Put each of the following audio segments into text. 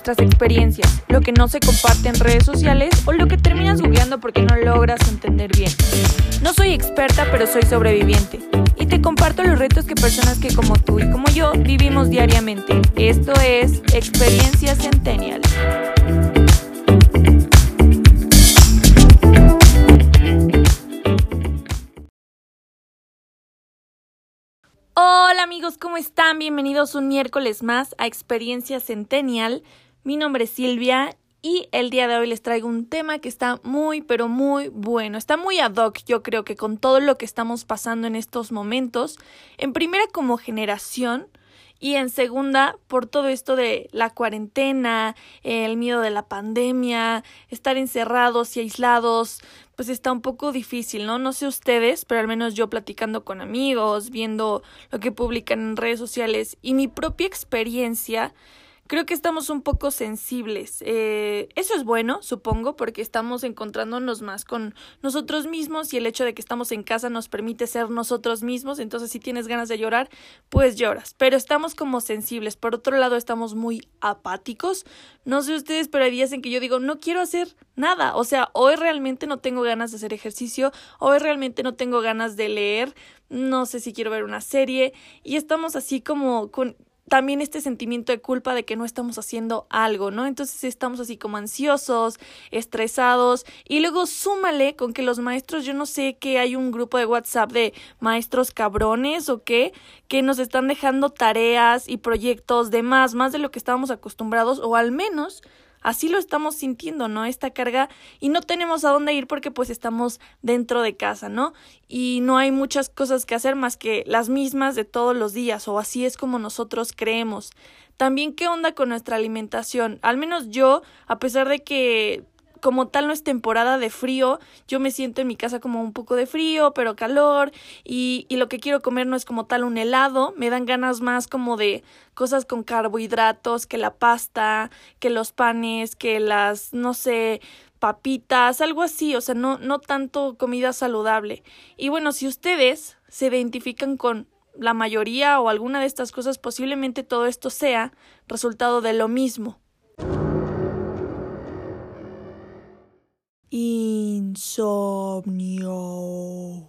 nuestras experiencias, lo que no se comparte en redes sociales o lo que terminas googleando porque no logras entender bien. No soy experta, pero soy sobreviviente y te comparto los retos que personas que como tú y como yo vivimos diariamente. Esto es Experiencia Centennial. Hola amigos, ¿cómo están? Bienvenidos un miércoles más a Experiencia Centennial. Mi nombre es Silvia y el día de hoy les traigo un tema que está muy bueno. Está muy ad hoc, yo creo que con todo lo que estamos pasando en estos momentos. En primera, como generación, y en segunda, por todo esto de la cuarentena, el miedo de la pandemia, estar encerrados y aislados, pues está un poco difícil, ¿no? No sé ustedes, pero al menos yo platicando con amigos, viendo lo que publican en redes sociales y mi propia experiencia, creo que estamos un poco sensibles. Eso es bueno, supongo, porque estamos encontrándonos más con nosotros mismos y el hecho de que estamos en casa nos permite ser nosotros mismos. Entonces, si tienes ganas de llorar, pues lloras. Pero estamos como sensibles. Por otro lado, estamos muy apáticos. No sé ustedes, pero hay días en que yo digo, no quiero hacer nada. O sea, hoy realmente no tengo ganas de hacer ejercicio. Hoy realmente no tengo ganas de leer. No sé si quiero ver una serie. Y estamos así como con también este sentimiento de culpa de que no estamos haciendo algo, ¿no? Entonces estamos así como ansiosos, estresados, y luego súmale con que los maestros, yo no sé que hay un grupo de WhatsApp de maestros cabrones o qué, que nos están dejando tareas y proyectos de más de lo que estábamos acostumbrados, o al menos así lo estamos sintiendo, ¿no? Esta carga, y no tenemos a dónde ir porque pues estamos dentro de casa, ¿no? Y no hay muchas cosas que hacer más que las mismas de todos los días, o así es como nosotros creemos. También, ¿qué onda con nuestra alimentación? Al menos yo, a pesar de que como tal no es temporada de frío, yo me siento en mi casa como un poco de frío, pero calor, y lo que quiero comer no es como tal un helado, me dan ganas más como de cosas con carbohidratos, que la pasta, que los panes, que las, no sé, papitas, algo así, o sea, no tanto comida saludable. Y bueno, si ustedes se identifican con la mayoría o alguna de estas cosas, posiblemente todo esto sea resultado de lo mismo. Insomnio.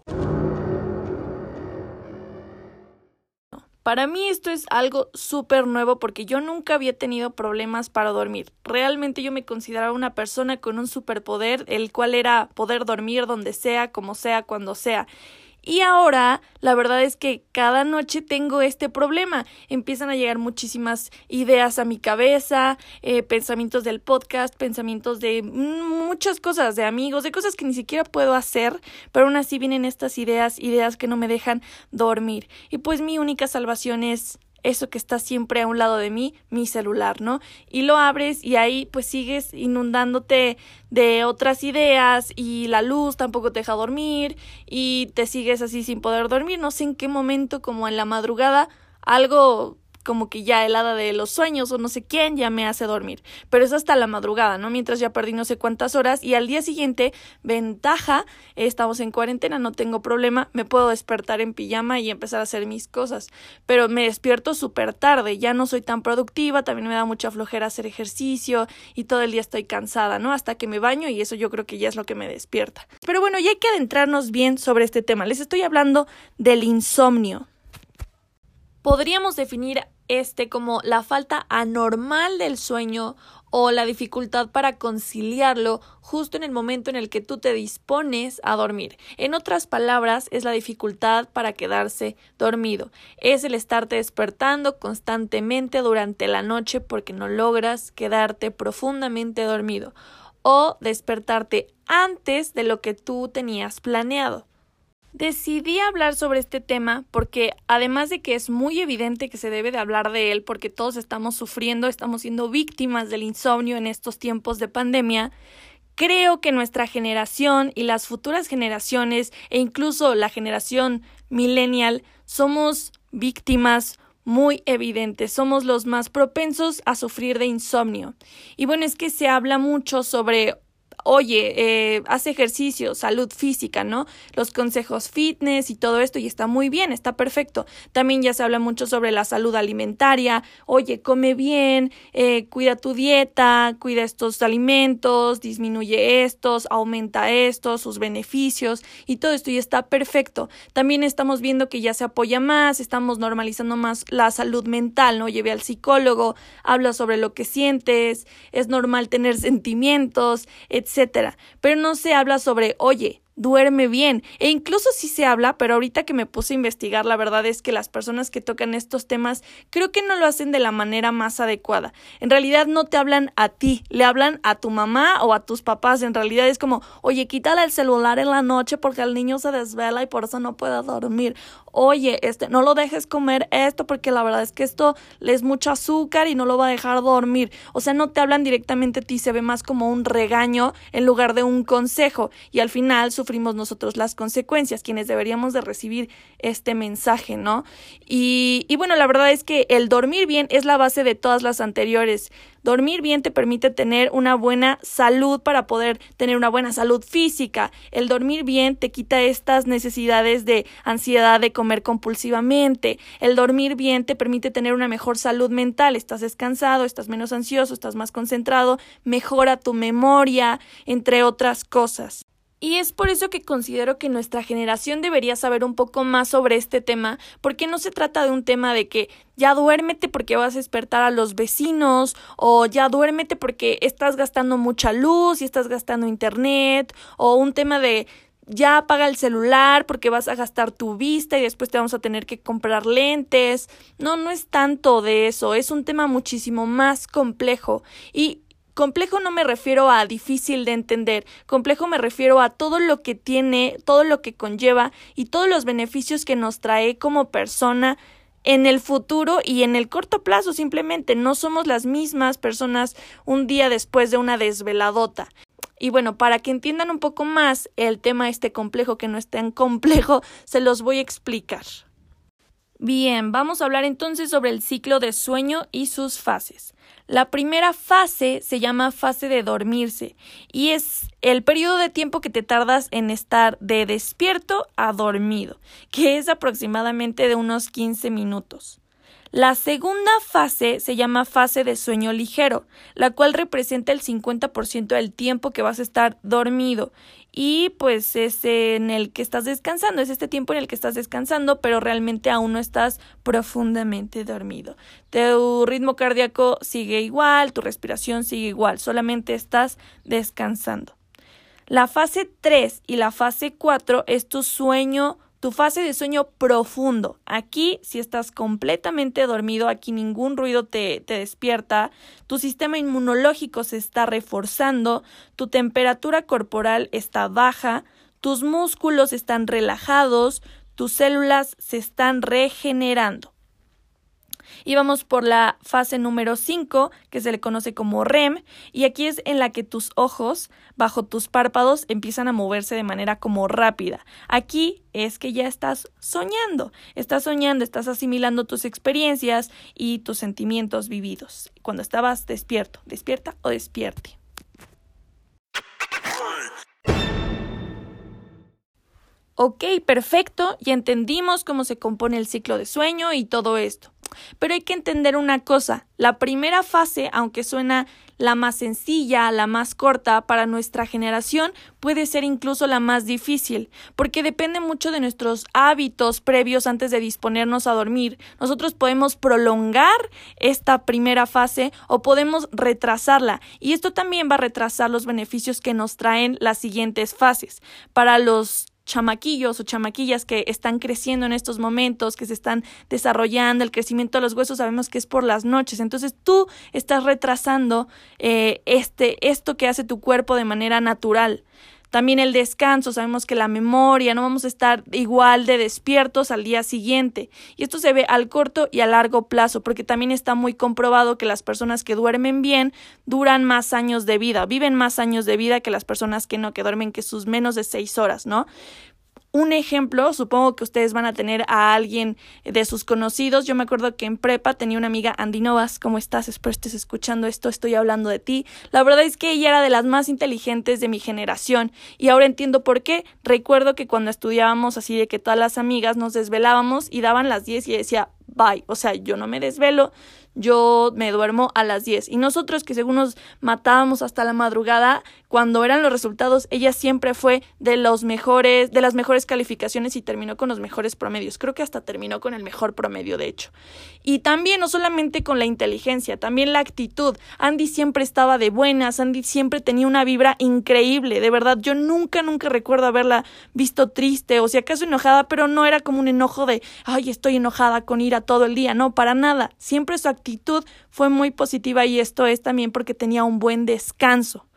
Para mí esto es algo súper nuevo porque yo nunca había tenido problemas para dormir. Realmente yo me consideraba una persona con un superpoder, el cual era poder dormir donde sea, como sea, cuando sea. Y ahora, la verdad es que cada noche tengo este problema. Empiezan a llegar muchísimas ideas a mi cabeza, pensamientos del podcast, pensamientos de muchas cosas, de amigos, de cosas que ni siquiera puedo hacer, pero aún así vienen estas ideas que no me dejan dormir. Y pues mi única salvación es eso que está siempre a un lado de mí, mi celular, ¿no? Y lo abres y ahí pues sigues inundándote de otras ideas y la luz tampoco te deja dormir y te sigues así sin poder dormir. No sé en qué momento, como en la madrugada, algo como que ya helada de los sueños o no sé quién ya me hace dormir. Pero es hasta la madrugada, ¿no? Mientras ya perdí no sé cuántas horas y al día siguiente, ventaja, estamos en cuarentena, no tengo problema, me puedo despertar en pijama y empezar a hacer mis cosas. Pero me despierto súper tarde, ya no soy tan productiva, también me da mucha flojera hacer ejercicio y todo el día estoy cansada, ¿no? Hasta que me baño y eso yo creo que ya es lo que me despierta. Pero bueno, ya hay que adentrarnos bien sobre este tema. Les estoy hablando del insomnio. Podríamos definir como la falta anormal del sueño o la dificultad para conciliarlo justo en el momento en el que tú te dispones a dormir. En otras palabras, es la dificultad para quedarse dormido. Es el estarte despertando constantemente durante la noche porque no logras quedarte profundamente dormido o despertarte antes de lo que tú tenías planeado. Decidí hablar sobre este tema porque además de que es muy evidente que se debe de hablar de él porque todos estamos sufriendo, estamos siendo víctimas del insomnio en estos tiempos de pandemia, creo que nuestra generación y las futuras generaciones e incluso la generación millennial somos víctimas muy evidentes, somos los más propensos a sufrir de insomnio. Y bueno, es que se habla mucho sobre oye, haz ejercicio, salud física, ¿no? Los consejos fitness y todo esto, y está muy bien, está perfecto. También ya se habla mucho sobre la salud alimentaria, oye, come bien, cuida tu dieta, cuida estos alimentos, disminuye estos, aumenta estos, sus beneficios y todo esto, y está perfecto. También estamos viendo que ya se apoya más, estamos normalizando más la salud mental, ¿no? Lleve al psicólogo, habla sobre lo que sientes, es normal tener sentimientos, etcétera. Pero no se habla sobre, oye, duerme bien, e incluso sí se habla, pero ahorita que me puse a investigar, la verdad es que las personas que tocan estos temas creo que no lo hacen de la manera más adecuada. En realidad no te hablan a ti, le hablan a tu mamá o a tus papás. En realidad es como, oye, quítale el celular en la noche porque el niño se desvela y por eso no puede dormir. Oye, no lo dejes comer esto porque la verdad es que esto le es mucho azúcar y no lo va a dejar dormir. O sea, no te hablan directamente a ti, se ve más como un regaño en lugar de un consejo, y al final sufrimos nosotros las consecuencias, quienes deberíamos de recibir este mensaje, ¿no? Y bueno, la verdad es que el dormir bien es la base de todas las anteriores. Dormir bien te permite tener una buena salud para poder tener una buena salud física. El dormir bien te quita estas necesidades de ansiedad de comer compulsivamente. El dormir bien te permite tener una mejor salud mental. Estás descansado, estás menos ansioso, estás más concentrado, mejora tu memoria, entre otras cosas. Y es por eso que considero que nuestra generación debería saber un poco más sobre este tema, porque no se trata de un tema de que ya duérmete porque vas a despertar a los vecinos, o ya duérmete porque estás gastando mucha luz y estás gastando internet, o un tema de ya apaga el celular porque vas a gastar tu vista y después te vamos a tener que comprar lentes. No, no es tanto de eso, es un tema muchísimo más complejo. Y complejo no me refiero a difícil de entender, complejo me refiero a todo lo que tiene, todo lo que conlleva y todos los beneficios que nos trae como persona en el futuro y en el corto plazo. Simplemente no somos las mismas personas un día después de una desveladota. Y bueno, para que entiendan un poco más el tema complejo, que no es tan complejo, se los voy a explicar. Bien, vamos a hablar entonces sobre el ciclo de sueño y sus fases. La primera fase se llama fase de dormirse y es el periodo de tiempo que te tardas en estar de despierto a dormido, que es aproximadamente de unos 15 minutos. La segunda fase se llama fase de sueño ligero, la cual representa el 50% del tiempo que vas a estar dormido, y pues es en el que estás descansando, es este tiempo en el que estás descansando, pero realmente aún no estás profundamente dormido. Tu ritmo cardíaco sigue igual, tu respiración sigue igual, solamente estás descansando. La fase 3 y la fase 4 es tu fase de sueño profundo. Aquí, si estás completamente dormido, aquí ningún ruido te despierta, tu sistema inmunológico se está reforzando, tu temperatura corporal está baja, tus músculos están relajados, tus células se están regenerando. Y vamos por la fase número 5, que se le conoce como REM, y aquí es en la que tus ojos, bajo tus párpados, empiezan a moverse de manera como rápida. Aquí es que ya estás soñando, estás asimilando tus experiencias y tus sentimientos vividos. Cuando estabas despierto, despierta o despierte. Ok, perfecto, ya entendimos cómo se compone el ciclo de sueño y todo esto. Pero hay que entender una cosa, la primera fase, aunque suena la más sencilla, la más corta, para nuestra generación puede ser incluso la más difícil, porque depende mucho de nuestros hábitos previos antes de disponernos a dormir. Nosotros podemos prolongar esta primera fase o podemos retrasarla, y esto también va a retrasar los beneficios que nos traen las siguientes fases. Para los chamaquillos o chamaquillas que están creciendo en estos momentos, que se están desarrollando, el crecimiento de los huesos sabemos que es por las noches, entonces tú estás retrasando esto que hace tu cuerpo de manera natural. También el descanso, sabemos que la memoria, no vamos a estar igual de despiertos al día siguiente. Y esto se ve al corto y a largo plazo, porque también está muy comprobado que las personas que duermen bien duran más años de vida, viven más años de vida que las personas que no, que duermen que sus menos de 6 horas, ¿no? un ejemplo, supongo que ustedes van a tener a alguien de sus conocidos. Yo me acuerdo que en prepa tenía una amiga, Andy Novas. ¿Cómo estás? Espero estés escuchando esto, estoy hablando de ti. La verdad es que ella era de las más inteligentes de mi generación y ahora entiendo por qué. Recuerdo que cuando estudiábamos así de que todas las amigas nos desvelábamos y daban las 10 y decía, bye, o sea, yo no me desvelo, yo me duermo a las 10. Y nosotros que según nos matábamos hasta la madrugada, cuando eran los resultados, ella siempre fue de las mejores calificaciones y terminó con los mejores promedios. Creo que hasta terminó con el mejor promedio, de hecho. Y también, no solamente con la inteligencia, también la actitud. Andy siempre estaba de buenas, Andy siempre tenía una vibra increíble, de verdad. Yo nunca recuerdo haberla visto triste o si acaso enojada, pero no era como un enojo de, ay, estoy enojada con ira todo el día. No, para nada. Siempre su actitud fue muy positiva y esto es también porque tenía un buen descanso.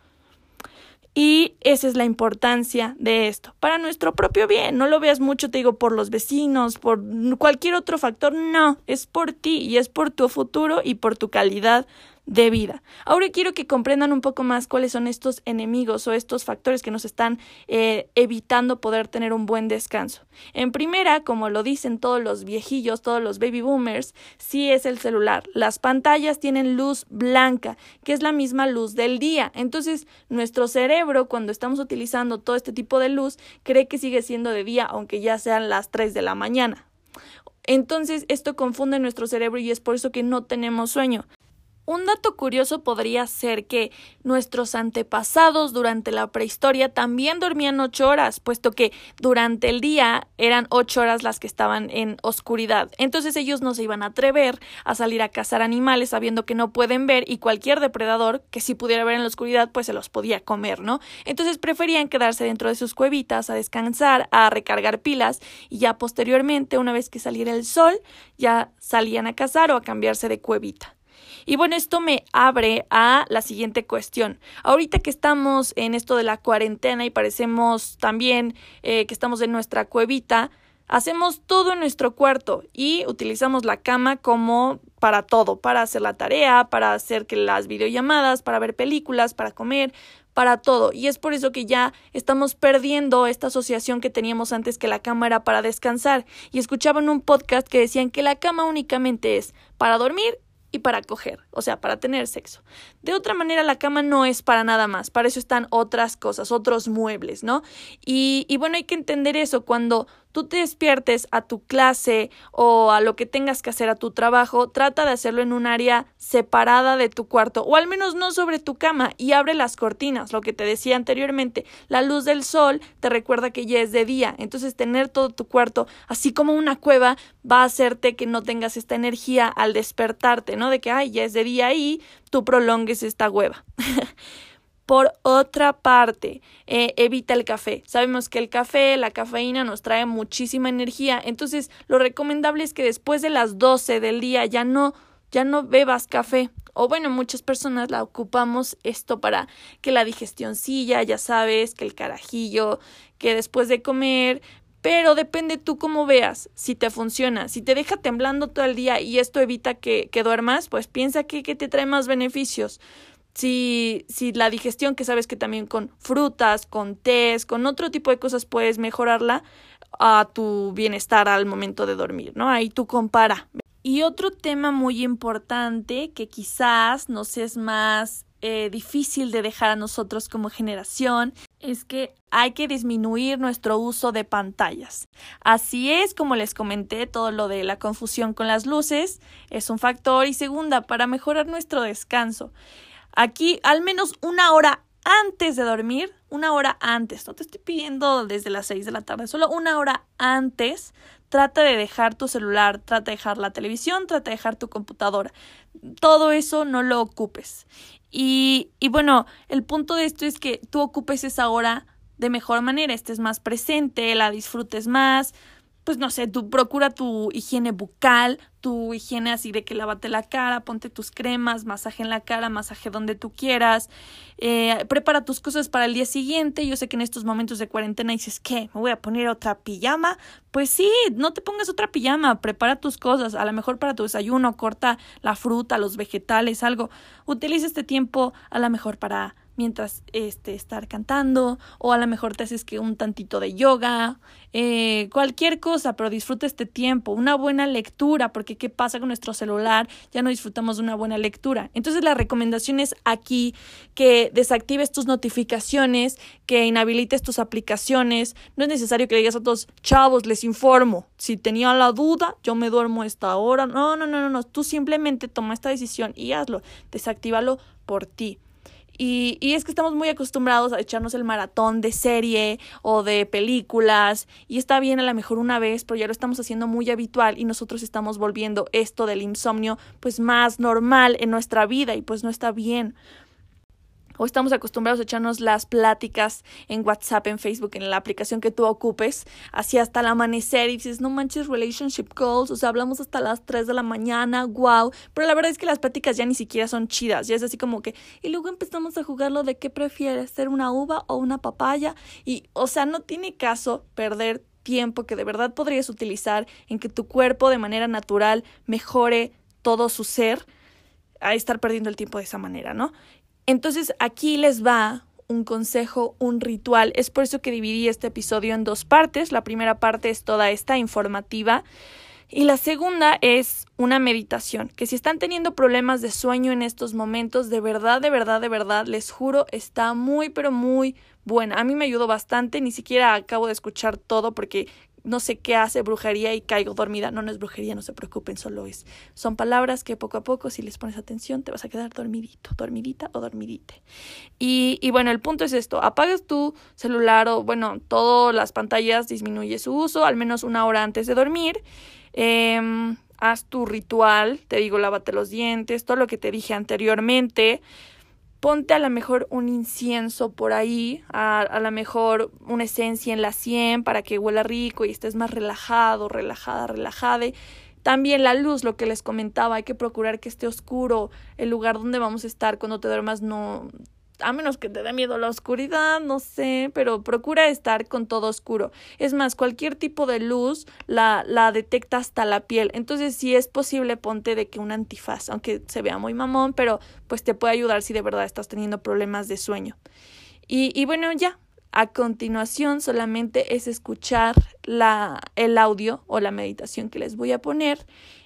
Y esa es la importancia de esto, para nuestro propio bien. No lo veas mucho, te digo, por los vecinos, por cualquier otro factor. No, es por ti y es por tu futuro y por tu calidad de vida. Ahora quiero que comprendan un poco más cuáles son estos enemigos o estos factores que nos están evitando poder tener un buen descanso. En primera, como lo dicen todos los viejillos, todos los baby boomers, sí es el celular. Las pantallas tienen luz blanca, que es la misma luz del día. Entonces, nuestro cerebro, cuando estamos utilizando todo este tipo de luz, cree que sigue siendo de día, aunque ya sean las 3 de la mañana. Entonces, esto confunde nuestro cerebro y es por eso que no tenemos sueño. Un dato curioso podría ser que nuestros antepasados durante la prehistoria también dormían 8 horas, puesto que durante el día eran 8 horas las que estaban en oscuridad. Entonces ellos no se iban a atrever a salir a cazar animales sabiendo que no pueden ver y cualquier depredador que sí pudiera ver en la oscuridad pues se los podía comer, ¿no? Entonces preferían quedarse dentro de sus cuevitas a descansar, a recargar pilas y ya posteriormente, una vez que saliera el sol, ya salían a cazar o a cambiarse de cuevita. Y bueno, esto me abre a la siguiente cuestión. Ahorita que estamos en esto de la cuarentena y parecemos también que estamos en nuestra cuevita, hacemos todo en nuestro cuarto y utilizamos la cama como para todo, para hacer la tarea, para hacer que las videollamadas, para ver películas, para comer, para todo. Y es por eso que ya estamos perdiendo esta asociación que teníamos antes, que la cama era para descansar. Y escuchaba en un podcast que decían que la cama únicamente es para dormir y para coger, o sea, para tener sexo. De otra manera, la cama no es para nada más, para eso están otras cosas, otros muebles, ¿no? Y bueno, hay que entender eso. Cuando tú te despiertes a tu clase o a lo que tengas que hacer, a tu trabajo, trata de hacerlo en un área separada de tu cuarto, o al menos no sobre tu cama, y abre las cortinas, lo que te decía anteriormente. La luz del sol te recuerda que ya es de día, entonces tener todo tu cuarto así como una cueva va a hacerte que no tengas esta energía al despertarte, ¿no? De que, ay, ya es de día y tú prolongues esta hueva. Por otra parte, evita el café. Sabemos que el café, la cafeína nos trae muchísima energía, entonces lo recomendable es que después de las 12 del día ya no bebas café. O bueno, muchas personas la ocupamos esto para que la digestioncilla, ya sabes, que el carajillo, que después de comer. Pero depende tú cómo veas, si te funciona. Si te deja temblando todo el día y esto evita que duermas, pues piensa que te trae más beneficios. Si la digestión, que sabes que también con frutas, con tés, con otro tipo de cosas puedes mejorarla a tu bienestar al momento de dormir, ¿no? Ahí tú compara. Y otro tema muy importante que quizás nos es más difícil de dejar a nosotros como generación es que hay que disminuir nuestro uso de pantallas. Así es, como les comenté, todo lo de la confusión con las luces es un factor. Y segunda, para mejorar nuestro descanso. Aquí al menos 1 hora antes de dormir, 1 hora antes, no te estoy pidiendo desde las 6 de la tarde, solo 1 hora antes, trata de dejar tu celular, trata de dejar la televisión, trata de dejar tu computadora. Todo eso no lo ocupes. Y bueno, el punto de esto es que tú ocupes esa hora de mejor manera, estés más presente, la disfrutes más. Pues no sé, tú procura tu higiene bucal, tu higiene así de que lávate la cara, ponte tus cremas, masaje en la cara, masaje donde tú quieras, prepara tus cosas para el día siguiente. Yo sé que en estos momentos de cuarentena dices, ¿qué? ¿Me voy a poner otra pijama? Pues sí, no te pongas otra pijama, prepara tus cosas, a lo mejor para tu desayuno, corta la fruta, los vegetales, algo. Utiliza este tiempo a lo mejor para mientras estar cantando, o a lo mejor te haces que un tantito de yoga, cualquier cosa, pero disfruta este tiempo, una buena lectura, porque ¿qué pasa con nuestro celular? Ya no disfrutamos de una buena lectura. Entonces la recomendación es aquí que desactives tus notificaciones, que inhabilites tus aplicaciones. No es necesario que le digas a todos, chavos, les informo, si tenía la duda, yo me duermo a esta hora. No, tú simplemente toma esta decisión y hazlo, desactívalo por ti. Y es que estamos muy acostumbrados a echarnos el maratón de serie o de películas, y está bien a lo mejor una vez, pero ya lo estamos haciendo muy habitual y nosotros estamos volviendo esto del insomnio pues más normal en nuestra vida, y pues no está bien. O estamos acostumbrados a echarnos las pláticas en WhatsApp, en Facebook, en la aplicación que tú ocupes, así hasta el amanecer, y dices, no manches, relationship goals, o sea, hablamos hasta las 3 de la mañana, wow, pero la verdad es que las pláticas ya ni siquiera son chidas, ya es así como que, y luego empezamos a jugar lo de qué prefieres, ser una uva o una papaya, y, o sea, no tiene caso perder tiempo que de verdad podrías utilizar en que tu cuerpo de manera natural mejore todo su ser, a estar perdiendo el tiempo de esa manera, ¿no? Entonces aquí les va un consejo, un ritual. Es por eso que dividí este episodio en 2 partes. La primera parte es toda esta informativa y la segunda es una meditación, que si están teniendo problemas de sueño en estos momentos, de verdad, les juro, está muy, pero muy buena. A mí me ayudó bastante, ni siquiera acabo de escuchar todo porque no sé qué hace brujería y caigo dormida. No es brujería, no se preocupen, son palabras que poco a poco, si les pones atención, te vas a quedar dormidito, dormidita o dormidite. Y bueno, el punto es esto, apagas tu celular o bueno, todas las pantallas, disminuye su uso, al menos 1 hora antes de dormir. Haz tu ritual, te digo, lávate los dientes, todo lo que te dije anteriormente. Ponte a lo mejor un incienso por ahí, a lo mejor una esencia en la sien para que huela rico y estés más relajado, relajada. También la luz, lo que les comentaba, hay que procurar que esté oscuro. El lugar donde vamos a estar cuando te duermas no, a menos que te dé miedo la oscuridad, no sé, pero procura estar con todo oscuro. Es más, cualquier tipo de luz la detecta hasta la piel. Entonces, si es posible, ponte de que un antifaz, aunque se vea muy mamón, pero pues te puede ayudar si de verdad estás teniendo problemas de sueño. Y bueno, ya. A continuación solamente es escuchar el audio o la meditación que les voy a poner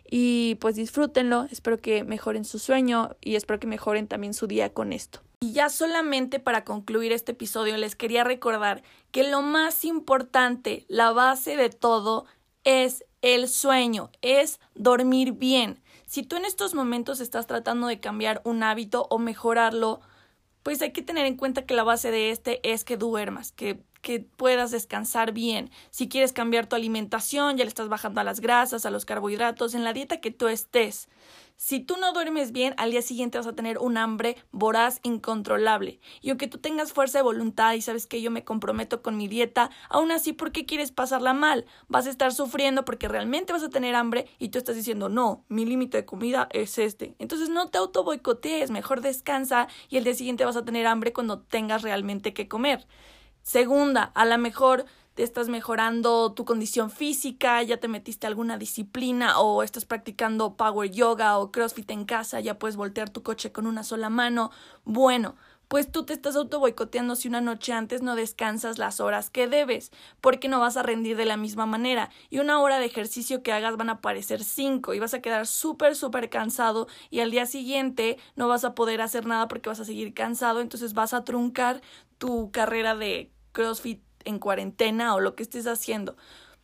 y pues disfrútenlo. Espero que mejoren su sueño y espero que mejoren también su día con esto. Y ya solamente para concluir este episodio les quería recordar que lo más importante, la base de todo, es el sueño, es dormir bien. Si tú en estos momentos estás tratando de cambiar un hábito o mejorarlo, pues hay que tener en cuenta que la base de es que duermas, que puedas descansar bien. Si quieres cambiar tu alimentación, ya le estás bajando a las grasas, a los carbohidratos, en la dieta que tú estés. Si tú no duermes bien, al día siguiente vas a tener un hambre voraz, incontrolable. Y aunque tú tengas fuerza de voluntad y sabes que yo me comprometo con mi dieta, aún así, ¿por qué quieres pasarla mal? Vas a estar sufriendo porque realmente vas a tener hambre y tú estás diciendo, no, mi límite de comida es este. Entonces no te auto boicotees, mejor descansa y el día siguiente vas a tener hambre cuando tengas realmente que comer. Segunda, a lo mejor te estás mejorando tu condición física, ya te metiste a alguna disciplina o estás practicando power yoga o CrossFit en casa, ya puedes voltear tu coche con una sola mano. Bueno, pues tú te estás auto boicoteando si una noche antes no descansas las horas que debes, porque no vas a rendir de la misma manera y 1 hora de ejercicio que hagas van a parecer 5 y vas a quedar súper cansado y al día siguiente no vas a poder hacer nada porque vas a seguir cansado, entonces vas a truncar tu carrera de CrossFit en cuarentena o lo que estés haciendo.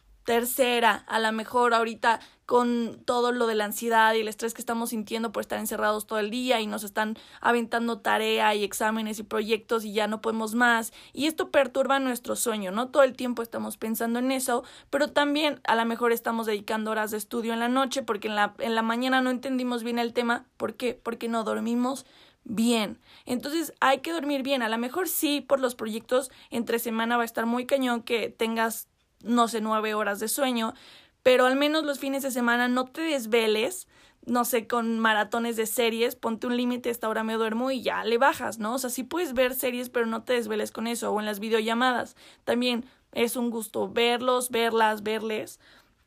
Tercera, a lo mejor ahorita con todo lo de la ansiedad y el estrés que estamos sintiendo por estar encerrados todo el día y nos están aventando tarea y exámenes y proyectos y ya no podemos más y esto perturba nuestro sueño, no todo el tiempo estamos pensando en eso, pero también a lo mejor estamos dedicando horas de estudio en la noche porque en la mañana no entendimos bien el tema. ¿Por qué? Porque no dormimos bien. Entonces hay que dormir bien. A lo mejor sí, por los proyectos entre semana va a estar muy cañón que tengas, no sé, 9 horas de sueño, pero al menos los fines de semana no te desveles, no sé, con maratones de series, ponte un límite, hasta ahora me duermo y ya le bajas, ¿no? O sea, sí puedes ver series, pero no te desveles con eso, o en las videollamadas. También es un gusto verlos, verles.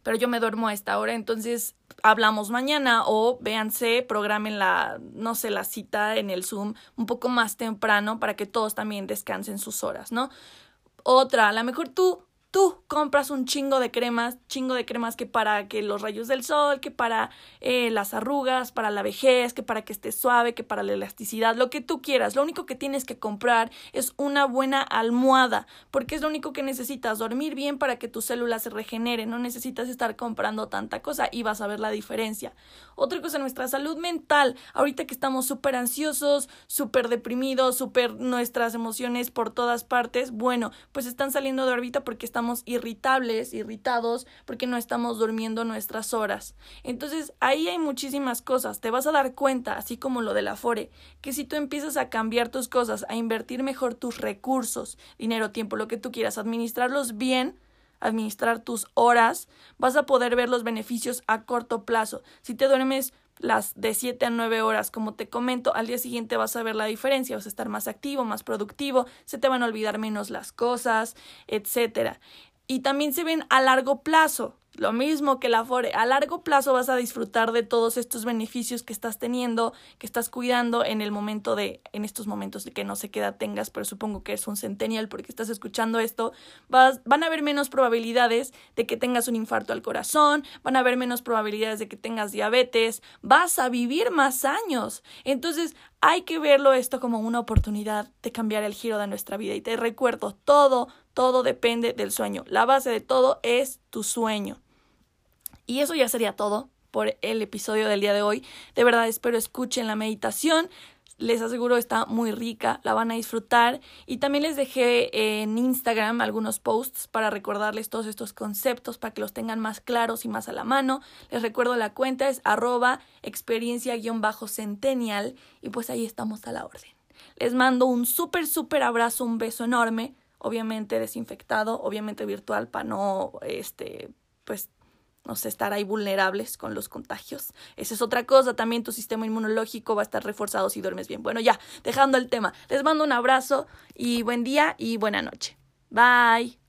pero yo me duermo a esta hora, entonces hablamos mañana o véanse, programen la cita en el Zoom un poco más temprano para que todos también descansen sus horas, ¿no? Otra, a lo mejor tú compras un chingo de cremas que para que los rayos del sol, que para las arrugas, para la vejez, que para que esté suave, que para la elasticidad, lo que tú quieras. Lo único que tienes que comprar es una buena almohada, porque es lo único que necesitas, dormir bien para que tus células se regeneren. No necesitas estar comprando tanta cosa y vas a ver la diferencia. Otra cosa, nuestra salud mental. Ahorita que estamos súper ansiosos, súper deprimidos, nuestras emociones por todas partes, bueno, pues están saliendo de órbita porque estamos irritados, porque no estamos durmiendo nuestras horas. Entonces, ahí hay muchísimas cosas. Te vas a dar cuenta, así como lo del Afore, que si tú empiezas a cambiar tus cosas, a invertir mejor tus recursos, dinero, tiempo, lo que tú quieras, administrarlos bien, administrar tus horas, vas a poder ver los beneficios a corto plazo. Si te duermes las de 7 a 9 horas, como te comento, al día siguiente vas a ver la diferencia, vas a estar más activo, más productivo, se te van a olvidar menos las cosas, etcétera. Y también se ven a largo plazo, lo mismo que la Afore. A largo plazo vas a disfrutar de todos estos beneficios que estás teniendo, que estás cuidando en estos momentos de que no sé qué edad tengas, pero supongo que eres un centennial porque estás escuchando esto. Van a haber menos probabilidades de que tengas un infarto al corazón, van a haber menos probabilidades de que tengas diabetes, vas a vivir más años. Entonces, hay que verlo esto como una oportunidad de cambiar el giro de nuestra vida. Y te recuerdo, todo depende del sueño. La base de todo es tu sueño. Y eso ya sería todo por el episodio del día de hoy. De verdad espero escuchen la meditación. Les aseguro está muy rica, la van a disfrutar. Y también les dejé en Instagram algunos posts para recordarles todos estos conceptos, para que los tengan más claros y más a la mano. Les recuerdo la cuenta es @experiencia_centennial y pues ahí estamos a la orden. Les mando un súper abrazo, un beso enorme, obviamente desinfectado, obviamente virtual para no, estar ahí vulnerables con los contagios. Esa es otra cosa, también tu sistema inmunológico va a estar reforzado si duermes bien. Bueno, ya, dejando el tema, les mando un abrazo y buen día y buena noche. Bye.